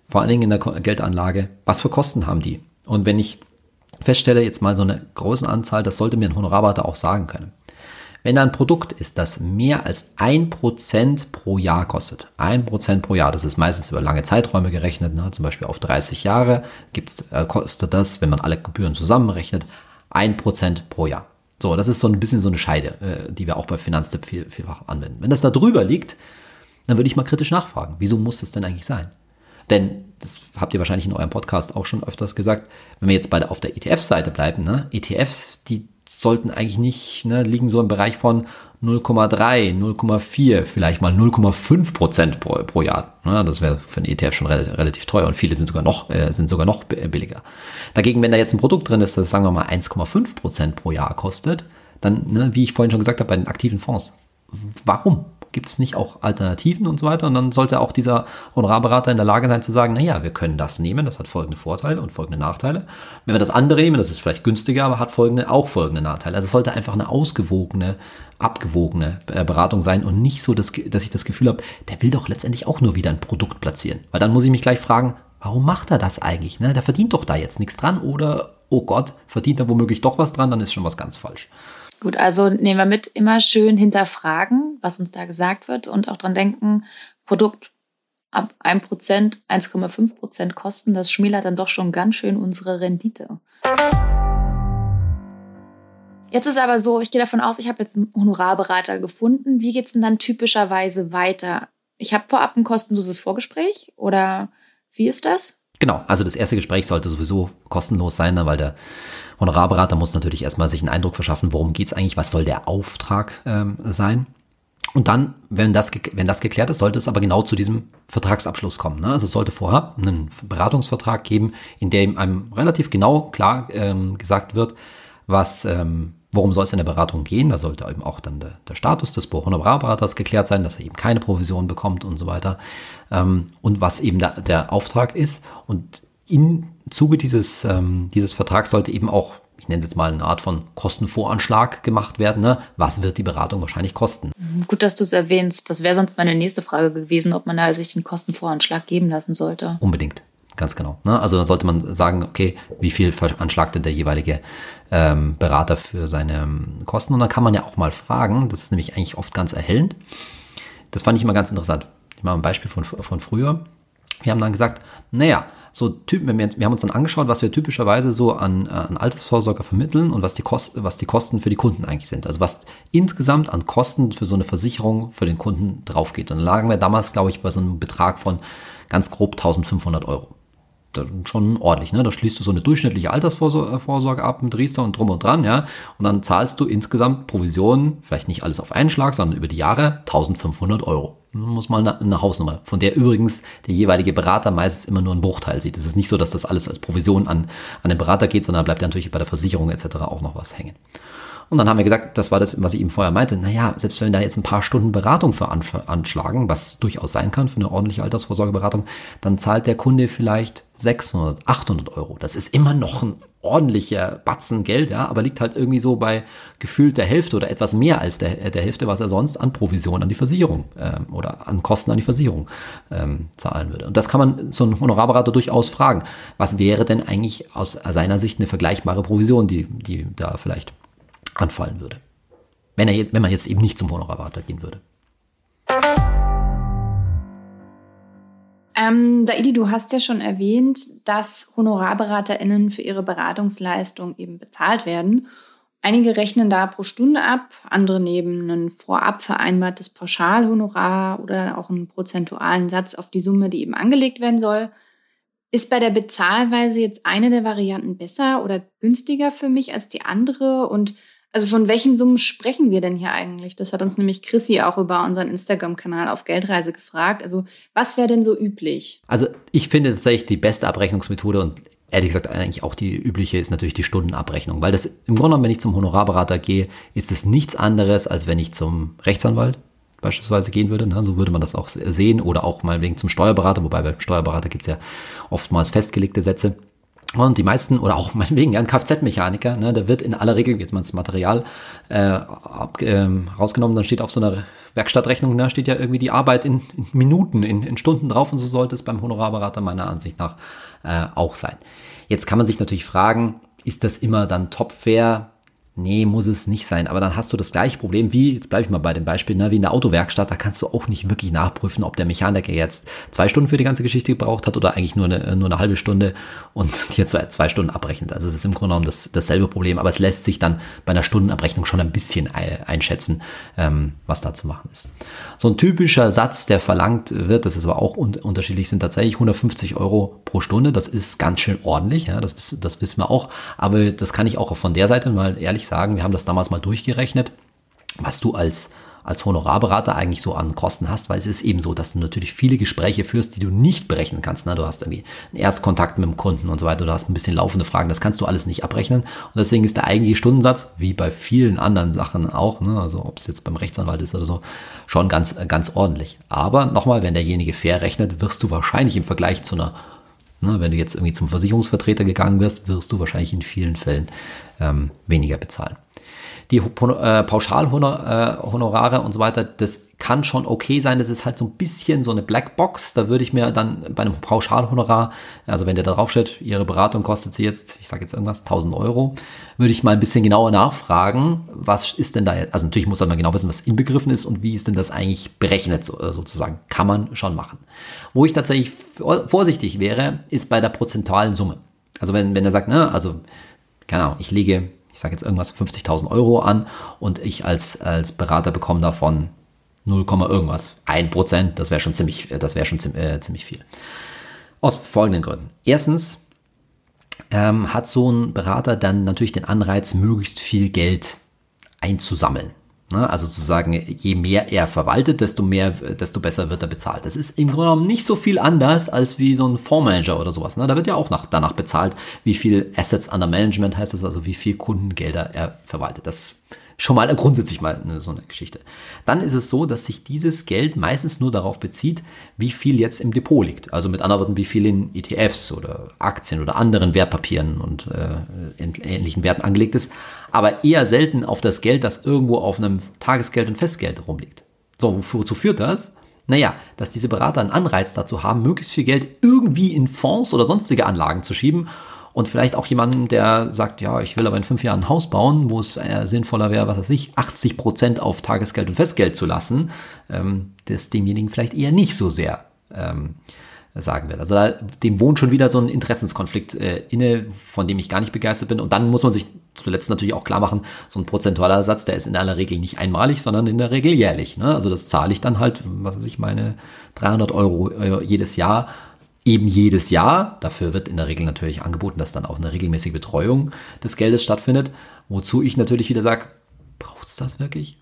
vor allen Dingen in der Geldanlage, was für Kosten haben die? Und wenn ich feststelle, jetzt mal so eine große Anzahl, das sollte mir ein Honorarberater auch sagen können. Wenn da ein Produkt ist, das mehr als ein Prozent pro Jahr kostet, ein Prozent pro Jahr, das ist meistens über lange Zeiträume gerechnet, ne, zum Beispiel auf dreißig Jahre gibt's, äh, kostet das, wenn man alle Gebühren zusammenrechnet, ein Prozent pro Jahr. So, das ist so ein bisschen so eine Scheide, äh, die wir auch bei Finanztipp viel, vielfach anwenden. Wenn das da drüber liegt, dann würde ich mal kritisch nachfragen, wieso muss das denn eigentlich sein? Denn, das habt ihr wahrscheinlich in eurem Podcast auch schon öfters gesagt, wenn wir jetzt bei der, auf der E T F-Seite bleiben, ne, E T Fs, die sollten eigentlich nicht, ne, liegen so im Bereich von null Komma drei, null Komma vier, vielleicht mal null Komma fünf Prozent pro, pro Jahr. Ne, das wäre für einen E T F schon relativ, relativ teuer und viele sind sogar noch, äh, sind sogar noch billiger. Dagegen, wenn da jetzt ein Produkt drin ist, das sagen wir mal eins Komma fünf Prozent pro Jahr kostet, dann, ne, wie ich vorhin schon gesagt habe, bei den aktiven Fonds. Warum? Gibt es nicht auch Alternativen und so weiter? Und dann sollte auch dieser Honorarberater in der Lage sein zu sagen, naja, wir können das nehmen, das hat folgende Vorteile und folgende Nachteile. Wenn wir das andere nehmen, das ist vielleicht günstiger, aber hat folgende, auch folgende Nachteile. Also es sollte einfach eine ausgewogene, abgewogene Beratung sein und nicht so, dass, dass ich das Gefühl habe, der will doch letztendlich auch nur wieder ein Produkt platzieren. Weil dann muss ich mich gleich fragen, warum macht er das eigentlich? Ne? Der verdient doch da jetzt nichts dran oder, oh Gott, verdient er womöglich doch was dran, dann ist schon was ganz falsch. Gut, also nehmen wir mit, immer schön hinterfragen, was uns da gesagt wird und auch dran denken, Produkt ab ein Prozent, eins Komma fünf Prozent Kosten, das schmälert dann doch schon ganz schön unsere Rendite. Jetzt ist aber so, ich gehe davon aus, ich habe jetzt einen Honorarberater gefunden. Wie geht es denn dann typischerweise weiter? Ich habe vorab ein kostenloses Vorgespräch oder wie ist das? Genau, also das erste Gespräch sollte sowieso kostenlos sein, ne, weil der Honorarberater muss natürlich erstmal sich einen Eindruck verschaffen, worum geht es eigentlich, was soll der Auftrag ähm, sein. Und dann, wenn das, wenn das geklärt ist, sollte es aber genau zu diesem Vertragsabschluss kommen. Ne? Also es sollte vorher einen Beratungsvertrag geben, in dem einem relativ genau klar ähm, gesagt wird, was, ähm, worum soll es in der Beratung gehen. Da sollte eben auch dann der, der Status des Honorarberaters geklärt sein, dass er eben keine Provision bekommt und so weiter. Ähm, und was eben der, der Auftrag ist. Und im Zuge dieses, ähm, dieses Vertrags sollte eben auch, ich nenne es jetzt mal eine Art von Kostenvoranschlag gemacht werden. Ne? Was wird die Beratung wahrscheinlich kosten? Gut, dass du es erwähnst. Das wäre sonst meine nächste Frage gewesen, ob man da sich den Kostenvoranschlag geben lassen sollte. Unbedingt, ganz genau. Ne? Also da sollte man sagen, okay, wie viel veranschlagt denn der jeweilige ähm, Berater für seine ähm, Kosten? Und dann kann man ja auch mal fragen, das ist nämlich eigentlich oft ganz erhellend. Das fand ich immer ganz interessant. Ich mache ein Beispiel von, von früher. Wir haben dann gesagt, naja, so Typen, wir, wir haben uns dann angeschaut, was wir typischerweise so an, an Altersvorsorge vermitteln und was die, Kost, was die Kosten für die Kunden eigentlich sind. Also was insgesamt an Kosten für so eine Versicherung für den Kunden draufgeht. Und dann lagen wir damals, glaube ich, bei so einem Betrag von ganz grob eintausendfünfhundert Euro. Das ist schon ordentlich, ne? Da schließt du so eine durchschnittliche Altersvorsorge ab mit Riester und drum und dran, ja. Und dann zahlst du insgesamt Provisionen, vielleicht nicht alles auf einen Schlag, sondern über die Jahre eintausendfünfhundert Euro. Das muss mal eine, eine Hausnummer, von der übrigens der jeweilige Berater meistens immer nur einen Bruchteil sieht. Es ist nicht so, dass das alles als Provision an, an den Berater geht, sondern bleibt ja natürlich bei der Versicherung et cetera auch noch was hängen. Und dann haben wir gesagt, das war das, was ich eben vorher meinte, naja, selbst wenn wir da jetzt ein paar Stunden Beratung für anschlagen, was durchaus sein kann für eine ordentliche Altersvorsorgeberatung, dann zahlt der Kunde vielleicht sechshundert, achthundert Euro. Das ist immer noch ein ordentlicher Batzen Geld, ja, aber liegt halt irgendwie so bei gefühlt der Hälfte oder etwas mehr als der, der Hälfte, was er sonst an Provision an die Versicherung ähm, oder an Kosten an die Versicherung ähm, zahlen würde. Und das kann man so einen Honorarberater durchaus fragen. Was wäre denn eigentlich aus seiner Sicht eine vergleichbare Provision, die, die da vielleicht anfallen würde, wenn, er, wenn man jetzt eben nicht zum Honorarberater gehen würde. Ähm, Daidi, du hast ja schon erwähnt, dass HonorarberaterInnen für ihre Beratungsleistung eben bezahlt werden. Einige rechnen da pro Stunde ab, andere nehmen ein vorab vereinbartes Pauschalhonorar oder auch einen prozentualen Satz auf die Summe, die eben angelegt werden soll. Ist bei der Bezahlweise jetzt eine der Varianten besser oder günstiger für mich als die andere? Und also von welchen Summen sprechen wir denn hier eigentlich? Das hat uns nämlich Chrissy auch über unseren Instagram-Kanal auf Geldreise gefragt. Also was wäre denn so üblich? Also ich finde tatsächlich die beste Abrechnungsmethode und ehrlich gesagt eigentlich auch die übliche ist natürlich die Stundenabrechnung. Weil das im Grunde genommen, wenn ich zum Honorarberater gehe, ist es nichts anderes, als wenn ich zum Rechtsanwalt beispielsweise gehen würde. Ne? So würde man das auch sehen. Oder auch meinetwegen zum Steuerberater. Wobei beim Steuerberater gibt es ja oftmals festgelegte Sätze. Und die meisten, oder auch meinetwegen, ja, ein Kfz-Mechaniker, ne, der wird in aller Regel, jetzt mal das Material äh, ab, äh, rausgenommen, dann steht auf so einer Werkstattrechnung, da steht ja irgendwie die Arbeit in, in Minuten, in, in Stunden drauf, und so sollte es beim Honorarberater meiner Ansicht nach äh, auch sein. Jetzt kann man sich natürlich fragen, ist das immer dann top fair? Nee, muss es nicht sein. Aber dann hast du das gleiche Problem wie, jetzt bleibe ich mal bei dem Beispiel, ne, wie in der Autowerkstatt. Da kannst du auch nicht wirklich nachprüfen, ob der Mechaniker jetzt zwei Stunden für die ganze Geschichte gebraucht hat oder eigentlich nur eine, nur eine halbe Stunde und dir zwei, zwei Stunden abrechnet. Also es ist im Grunde genommen das, dasselbe Problem, aber es lässt sich dann bei einer Stundenabrechnung schon ein bisschen einschätzen, ähm, was da zu machen ist. So ein typischer Satz, der verlangt wird, das ist aber auch un- unterschiedlich, sind tatsächlich hundertfünfzig Euro pro Stunde. Das ist ganz schön ordentlich, ja, das, das wissen wir auch. Aber das kann ich auch von der Seite mal ehrlich sagen, wir haben das damals mal durchgerechnet, was du als, als Honorarberater eigentlich so an Kosten hast, weil es ist eben so, dass du natürlich viele Gespräche führst, die du nicht berechnen kannst. Ne? Du hast irgendwie einen Erstkontakt mit dem Kunden und so weiter, du hast ein bisschen laufende Fragen, das kannst du alles nicht abrechnen. Und deswegen ist der eigentliche Stundensatz, wie bei vielen anderen Sachen auch, ne? Also ob es jetzt beim Rechtsanwalt ist oder so, schon ganz, ganz ordentlich. Aber nochmal, wenn derjenige fair rechnet, wirst du wahrscheinlich im Vergleich zu einer, ne, wenn du jetzt irgendwie zum Versicherungsvertreter gegangen wirst, wirst du wahrscheinlich in vielen Fällen ähm, weniger bezahlen. Die äh, Pauschalhonorare und so weiter, das kann schon okay sein. Das ist halt so ein bisschen so eine Blackbox. Da würde ich mir dann bei einem Pauschalhonorar, also wenn der da drauf steht, Ihre Beratung kostet Sie jetzt, ich sage jetzt irgendwas, tausend Euro, würde ich mal ein bisschen genauer nachfragen, was ist denn da jetzt, also natürlich muss man mal genau wissen, was inbegriffen ist und wie ist denn das eigentlich berechnet sozusagen. Kann man schon machen. Wo ich tatsächlich vorsichtig wäre, ist bei der prozentualen Summe. Also wenn, wenn er sagt, ne, also keine Ahnung, ich lege, ich sage jetzt irgendwas, fünfzigtausend Euro an und ich als, als Berater bekomme davon null, irgendwas, ein Prozent, das wäre schon ziemlich, das wäre schon ziemlich, äh, ziemlich viel. Aus folgenden Gründen. Erstens ähm, hat so ein Berater dann natürlich den Anreiz, möglichst viel Geld einzusammeln. Ne? Also zu sagen, je mehr er verwaltet, desto mehr, desto besser wird er bezahlt. Das ist im Grunde genommen nicht so viel anders als wie so ein Fondsmanager oder sowas. Ne? Da wird ja auch nach, danach bezahlt, wie viel Assets under Management heißt das, also wie viel Kundengelder er verwaltet. Das schon mal grundsätzlich mal eine, so eine Geschichte. Dann ist es so, dass sich dieses Geld meistens nur darauf bezieht, wie viel jetzt im Depot liegt. Also mit anderen Worten, wie viel in E T Fs oder Aktien oder anderen Wertpapieren und äh, in ähnlichen Werten angelegt ist, aber eher selten auf das Geld, das irgendwo auf einem Tagesgeld und Festgeld rumliegt. So, wozu führt das? Naja, dass diese Berater einen Anreiz dazu haben, möglichst viel Geld irgendwie in Fonds oder sonstige Anlagen zu schieben. Und vielleicht auch jemanden, der sagt, ja, ich will aber in fünf Jahren ein Haus bauen, wo es äh, sinnvoller wäre, was weiß ich, achtzig Prozent auf Tagesgeld und Festgeld zu lassen, ähm, das demjenigen vielleicht eher nicht so sehr ähm, sagen wird. Also da, dem wohnt schon wieder so ein Interessenskonflikt äh, inne, von dem ich gar nicht begeistert bin. Und dann muss man sich zuletzt natürlich auch klar machen, so ein prozentualer Satz, der ist in aller Regel nicht einmalig, sondern in der Regel jährlich. Ne? Also das zahle ich dann halt, was weiß ich, meine dreihundert Euro äh, jedes Jahr, eben jedes Jahr. Dafür wird in der Regel natürlich angeboten, dass dann auch eine regelmäßige Betreuung des Geldes stattfindet. Wozu ich natürlich wieder sage, braucht es das wirklich?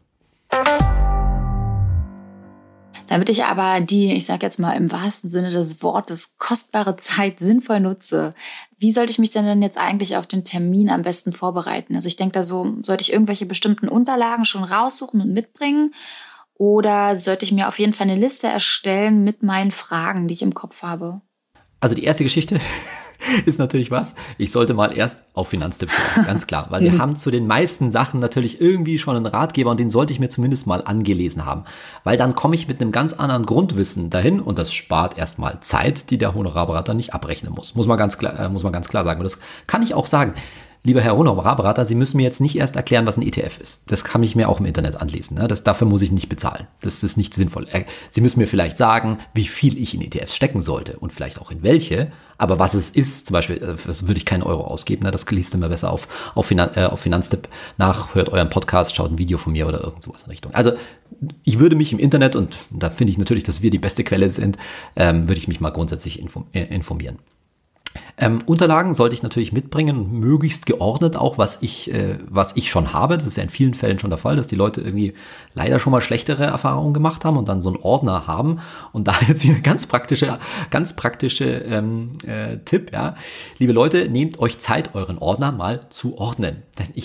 Damit ich aber die, ich sage jetzt mal im wahrsten Sinne des Wortes, kostbare Zeit sinnvoll nutze, wie sollte ich mich denn dann jetzt eigentlich auf den Termin am besten vorbereiten? Also ich denke da so, sollte ich irgendwelche bestimmten Unterlagen schon raussuchen und mitbringen? Oder sollte ich mir auf jeden Fall eine Liste erstellen mit meinen Fragen, die ich im Kopf habe? Also die erste Geschichte ist natürlich was. Ich sollte mal erst auf Finanztipp schauen, ganz klar. Weil wir haben zu den meisten Sachen natürlich irgendwie schon einen Ratgeber und den sollte ich mir zumindest mal angelesen haben. Weil dann komme ich mit einem ganz anderen Grundwissen dahin und das spart erstmal Zeit, die der Honorarberater nicht abrechnen muss. Muss man ganz klar, äh, muss man ganz klar sagen. Und das kann ich auch sagen. Lieber Herr Honorarberater, Sie müssen mir jetzt nicht erst erklären, was ein E T F ist. Das kann ich mir auch im Internet anlesen. Ne? Das, dafür muss ich nicht bezahlen. Das ist nicht sinnvoll. Sie müssen mir vielleicht sagen, wie viel ich in E T Fs stecken sollte und vielleicht auch in welche. Aber was es ist, zum Beispiel, das würde ich keinen Euro ausgeben. Ne? Das liest ihr mir besser auf, auf, Finan- äh, auf Finanztipp nach, hört euren Podcast, schaut ein Video von mir oder irgend sowas in Richtung. Also ich würde mich im Internet, und da finde ich natürlich, dass wir die beste Quelle sind, ähm, würde ich mich mal grundsätzlich inform- äh, informieren. Ähm, Unterlagen sollte ich natürlich mitbringen, möglichst geordnet auch, was ich, äh, was ich schon habe. Das ist ja in vielen Fällen schon der Fall, dass die Leute irgendwie leider schon mal schlechtere Erfahrungen gemacht haben und dann so einen Ordner haben. Und da jetzt wieder ganz praktische, ganz praktische ähm, äh, Tipp, ja. Liebe Leute, nehmt euch Zeit, euren Ordner mal zu ordnen. Denn ich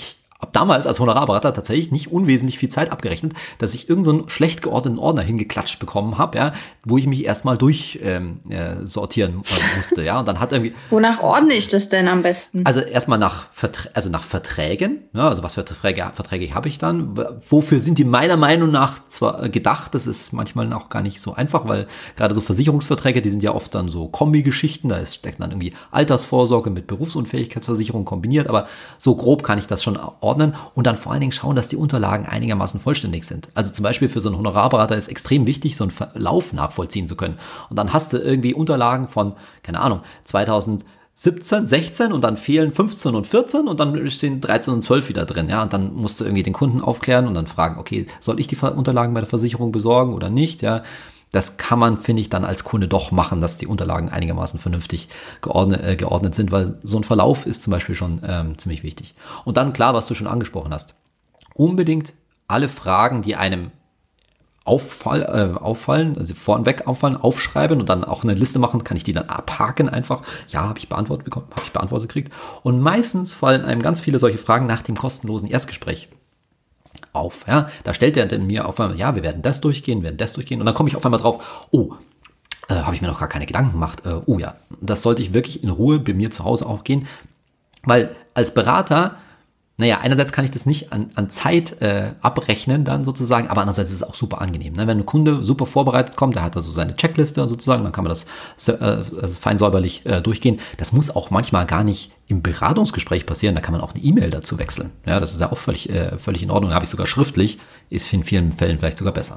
habe damals als Honorarberater tatsächlich nicht unwesentlich viel Zeit abgerechnet, dass ich irgendeinen so schlecht geordneten Ordner hingeklatscht bekommen habe, ja, wo ich mich erstmal durch ähm, äh, sortieren äh, musste, ja, und dann hat irgendwie... Wonach ordne ich das denn am besten? Also erstmal nach, Verträ- also nach Verträgen, ja, also was für Verträge, Verträge habe ich dann, wofür sind die meiner Meinung nach zwar gedacht, das ist manchmal auch gar nicht so einfach, weil gerade so Versicherungsverträge, die sind ja oft dann so Kombi-Geschichten, da ist, steckt dann irgendwie Altersvorsorge mit Berufsunfähigkeitsversicherung kombiniert, aber so grob kann ich das schon ordnen und dann vor allen Dingen schauen, dass die Unterlagen einigermaßen vollständig sind. Also zum Beispiel für so einen Honorarberater ist extrem wichtig, so einen Verlauf nachvollziehen zu können. Und dann hast du irgendwie Unterlagen von, keine Ahnung, zweitausendsiebzehn, sechzehn und dann fehlen fünfzehn und vierzehn und dann stehen dreizehn und zwölf wieder drin, ja, und dann musst du irgendwie den Kunden aufklären und dann fragen, okay, soll ich die Unterlagen bei der Versicherung besorgen oder nicht, ja. Das kann man, finde ich, dann als Kunde doch machen, dass die Unterlagen einigermaßen vernünftig geordnet, äh, geordnet sind, weil so ein Verlauf ist zum Beispiel schon ähm, ziemlich wichtig. Und dann klar, was du schon angesprochen hast, unbedingt alle Fragen, die einem auffall, äh, auffallen, also vornweg auffallen, aufschreiben und dann auch eine Liste machen, kann ich die dann abhaken einfach. Ja, habe ich beantwortet bekommen, habe ich beantwortet gekriegt. Und meistens fallen einem ganz viele solche Fragen nach dem kostenlosen Erstgespräch auf, ja, da stellt er mir auf einmal, ja, wir werden das durchgehen, wir werden das durchgehen und dann komme ich auf einmal drauf, oh, äh, habe ich mir noch gar keine Gedanken gemacht, äh, oh ja, das sollte ich wirklich in Ruhe bei mir zu Hause auch gehen, weil als Berater, naja, einerseits kann ich das nicht an, an Zeit äh, abrechnen dann sozusagen, aber andererseits ist es auch super angenehm. Ne? Wenn ein Kunde super vorbereitet kommt, der hat da so seine Checkliste sozusagen, dann kann man das äh, also fein säuberlich äh, durchgehen. Das muss auch manchmal gar nicht im Beratungsgespräch passieren, da kann man auch eine E-Mail dazu wechseln. Ja, das ist ja auch völlig, äh, völlig in Ordnung, da habe ich sogar schriftlich, ist in vielen Fällen vielleicht sogar besser.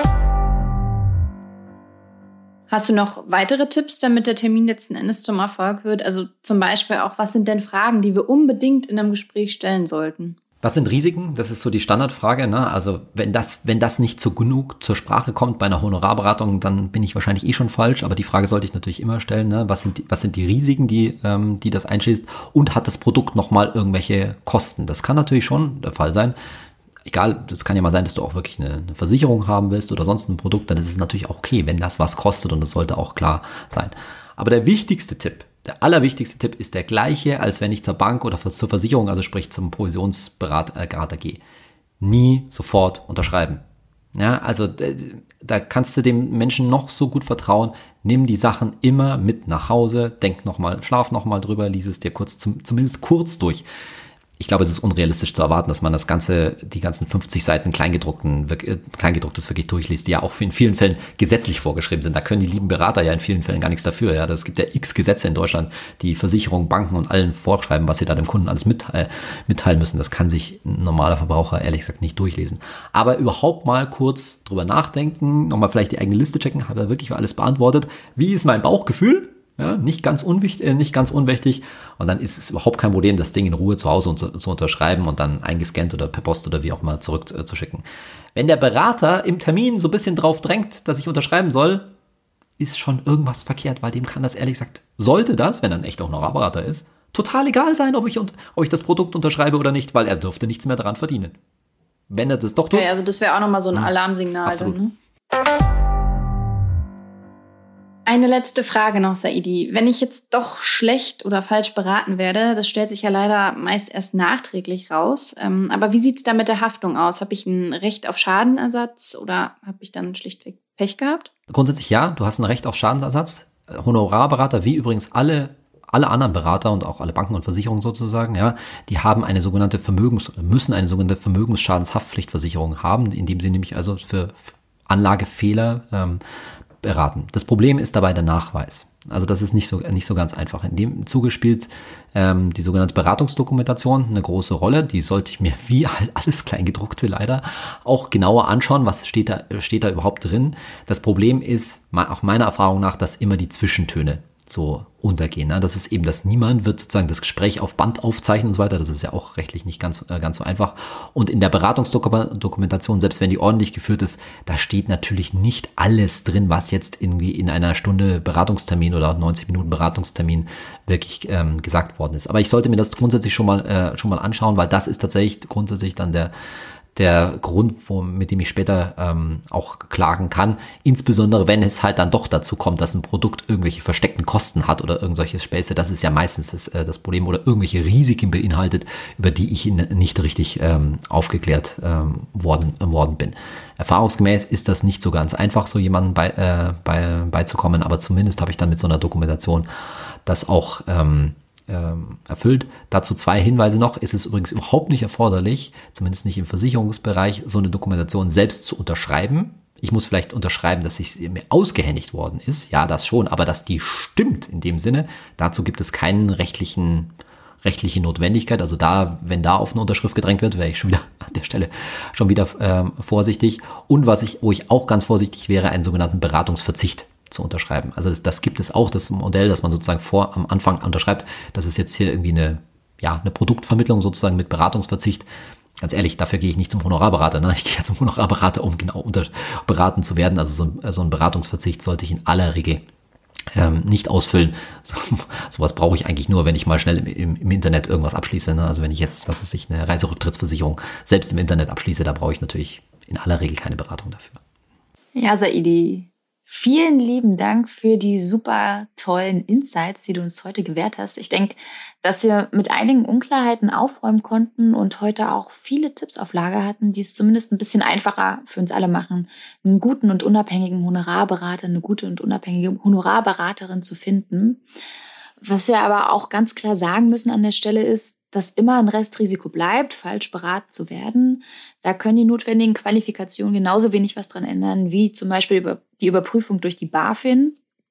Hast du noch weitere Tipps, damit der Termin letzten Endes zum Erfolg wird? Also zum Beispiel auch, was sind denn Fragen, die wir unbedingt in einem Gespräch stellen sollten? Was sind Risiken? Das ist so die Standardfrage. Ne? Also wenn das, wenn das nicht so genug zur Sprache kommt bei einer Honorarberatung, dann bin ich wahrscheinlich eh schon falsch. Aber die Frage sollte ich natürlich immer stellen. Ne? Was sind die, was sind die Risiken, die, ähm, die das einschließt? Und hat das Produkt nochmal irgendwelche Kosten? Das kann natürlich schon der Fall sein. Egal, das kann ja mal sein, dass du auch wirklich eine, eine Versicherung haben willst oder sonst ein Produkt, dann ist es natürlich auch okay, wenn das was kostet und das sollte auch klar sein. Aber der wichtigste Tipp, der allerwichtigste Tipp ist der gleiche, als wenn ich zur Bank oder zur Versicherung, also sprich zum Provisionsberater gehe. Nie sofort unterschreiben. Ja, also da kannst du dem Menschen noch so gut vertrauen. Nimm die Sachen immer mit nach Hause, denk nochmal, schlaf nochmal drüber, lies es dir kurz, zum, zumindest kurz durch. Ich glaube, es ist unrealistisch zu erwarten, dass man das ganze, die ganzen fünfzig Seiten Kleingedruckten, Kleingedrucktes wirklich durchliest, die ja auch in vielen Fällen gesetzlich vorgeschrieben sind. Da können die lieben Berater ja in vielen Fällen gar nichts dafür. Ja, es gibt ja x Gesetze in Deutschland, die Versicherungen, Banken und allen vorschreiben, was sie da dem Kunden alles mitteilen, mitteilen müssen. Das kann sich ein normaler Verbraucher ehrlich gesagt nicht durchlesen. Aber überhaupt mal kurz drüber nachdenken, nochmal vielleicht die eigene Liste checken, hat er wirklich alles beantwortet? Wie ist mein Bauchgefühl? Ja, nicht ganz unwichtig, äh, nicht ganz unwichtig. Und dann ist es überhaupt kein Problem, das Ding in Ruhe zu Hause zu, zu unterschreiben und dann eingescannt oder per Post oder wie auch immer zurückzuschicken. Wenn der Berater im Termin so ein bisschen drauf drängt, dass ich unterschreiben soll, ist schon irgendwas verkehrt, weil dem kann das ehrlich gesagt, sollte das, wenn er ein echter Honorarberater ist, total egal sein, ob ich, ob ich das Produkt unterschreibe oder nicht, weil er dürfte nichts mehr daran verdienen. Wenn er das doch tut. Okay, also das wäre auch nochmal so ein Alarmsignal. Absolut. Dann, ne? Eine letzte Frage noch, Saidi. Wenn ich jetzt doch schlecht oder falsch beraten werde, das stellt sich ja leider meist erst nachträglich raus. Ähm, aber wie sieht es da mit der Haftung aus? Habe ich ein Recht auf Schadenersatz oder habe ich dann schlichtweg Pech gehabt? Grundsätzlich ja, du hast ein Recht auf Schadensersatz. Honorarberater, wie übrigens alle, alle anderen Berater und auch alle Banken und Versicherungen sozusagen, ja, die haben eine sogenannte Vermögens, müssen eine sogenannte Vermögensschadenshaftpflichtversicherung haben, indem sie nämlich also für Anlagefehler ähm, beraten. Das Problem ist dabei der Nachweis. Also das ist nicht so, nicht so ganz einfach. In dem Zuge spielt ähm, die sogenannte Beratungsdokumentation eine große Rolle. Die sollte ich mir wie alles Kleingedruckte leider auch genauer anschauen. Was steht da, steht da überhaupt drin? Das Problem ist, auch meiner Erfahrung nach, dass immer die Zwischentöne so untergehen. Ne? Das ist eben, dass niemand wird sozusagen das Gespräch auf Band aufzeichnen und so weiter. Das ist ja auch rechtlich nicht ganz, äh, ganz so einfach. Und in der Beratungsdokumentation, selbst wenn die ordentlich geführt ist, da steht natürlich nicht alles drin, was jetzt irgendwie in einer Stunde Beratungstermin oder neunzig Minuten Beratungstermin wirklich ähm, gesagt worden ist. Aber ich sollte mir das grundsätzlich schon mal, äh, schon mal anschauen, weil das ist tatsächlich grundsätzlich dann der der Grund, wo, mit dem ich später ähm, auch klagen kann. Insbesondere, wenn es halt dann doch dazu kommt, dass ein Produkt irgendwelche versteckten Kosten hat oder irgendwelche Späße. Das ist ja meistens das, äh, das Problem, oder irgendwelche Risiken beinhaltet, über die ich nicht richtig ähm, aufgeklärt ähm, worden, äh, worden bin. Erfahrungsgemäß ist das nicht so ganz einfach, so jemandem bei, äh, bei, beizukommen, aber zumindest habe ich dann mit so einer Dokumentation das auch ähm, ähm, erfüllt. Dazu zwei Hinweise noch. Es ist übrigens überhaupt nicht erforderlich, zumindest nicht im Versicherungsbereich, so eine Dokumentation selbst zu unterschreiben. Ich muss vielleicht unterschreiben, dass es mir ausgehändigt worden ist. Ja, das schon, aber dass die stimmt in dem Sinne. Dazu gibt es keinen rechtlichen rechtliche Notwendigkeit. Also da, wenn da auf eine Unterschrift gedrängt wird, wäre ich schon wieder an der Stelle schon wieder ähm, vorsichtig. Und was ich, wo ich auch ganz vorsichtig wäre, einen sogenannten Beratungsverzicht zu unterschreiben. Also das, das gibt es auch, das Modell, dass man sozusagen vor am Anfang unterschreibt, das ist jetzt hier irgendwie eine, ja, eine Produktvermittlung sozusagen mit Beratungsverzicht. Ganz ehrlich, dafür gehe ich nicht zum Honorarberater. Ne? Ich gehe zum Honorarberater, um genau unter, beraten zu werden. Also so ein, so ein Beratungsverzicht sollte ich in aller Regel ähm, nicht ausfüllen. So, sowas brauche ich eigentlich nur, wenn ich mal schnell im, im, im Internet irgendwas abschließe. Ne? Also wenn ich jetzt, was weiß ich, eine Reiserücktrittsversicherung selbst im Internet abschließe, da brauche ich natürlich in aller Regel keine Beratung dafür. Ja, Saidi, vielen lieben Dank für die super tollen Insights, die du uns heute gewährt hast. Ich denke, dass wir mit einigen Unklarheiten aufräumen konnten und heute auch viele Tipps auf Lager hatten, die es zumindest ein bisschen einfacher für uns alle machen, einen guten und unabhängigen Honorarberater, eine gute und unabhängige Honorarberaterin zu finden. Was wir aber auch ganz klar sagen müssen an der Stelle ist, dass immer ein Restrisiko bleibt, falsch beraten zu werden. Da können die notwendigen Qualifikationen genauso wenig was dran ändern, wie zum Beispiel die Überprüfung durch die BaFin.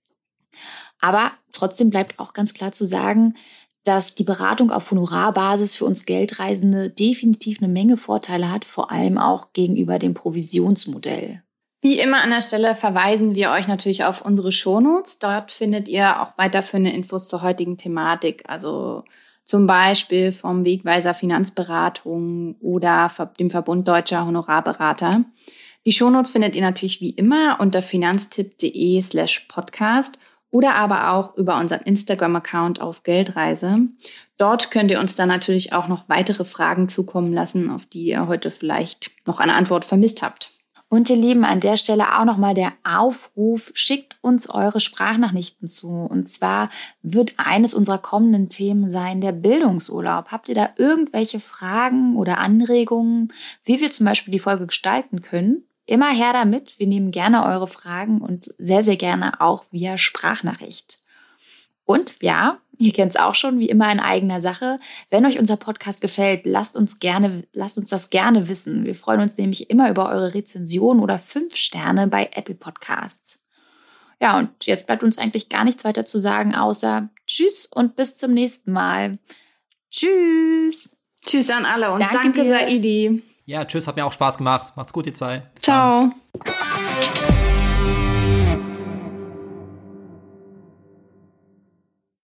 Aber trotzdem bleibt auch ganz klar zu sagen, dass die Beratung auf Honorarbasis für uns Geldreisende definitiv eine Menge Vorteile hat, vor allem auch gegenüber dem Provisionsmodell. Wie immer an der Stelle verweisen wir euch natürlich auf unsere Shownotes. Dort findet ihr auch weiterführende Infos zur heutigen Thematik, also zum Beispiel vom Wegweiser Finanzberatung oder dem Verbund Deutscher Honorarberater. Die Shownotes findet ihr natürlich wie immer unter finanztipp.de slash podcast oder aber auch über unseren Instagram-Account auf Geldreise. Dort könnt ihr uns dann natürlich auch noch weitere Fragen zukommen lassen, auf die ihr heute vielleicht noch eine Antwort vermisst habt. Und ihr Lieben, an der Stelle auch nochmal der Aufruf, schickt uns eure Sprachnachrichten zu. Und zwar wird eines unserer kommenden Themen sein, der Bildungsurlaub. Habt ihr da irgendwelche Fragen oder Anregungen, wie wir zum Beispiel die Folge gestalten können? Immer her damit, wir nehmen gerne eure Fragen und sehr, sehr gerne auch via Sprachnachricht. Und ja, ihr kennt es auch schon, wie immer in eigener Sache. Wenn euch unser Podcast gefällt, lasst uns gerne, lasst uns das gerne wissen. Wir freuen uns nämlich immer über eure Rezension oder fünf Sterne bei Apple Podcasts. Ja, und jetzt bleibt uns eigentlich gar nichts weiter zu sagen, außer Tschüss und bis zum nächsten Mal. Tschüss. Tschüss an alle und danke, danke Saidi. Ja, tschüss, hat mir auch Spaß gemacht. Macht's gut, ihr zwei. Bis Ciao. dann.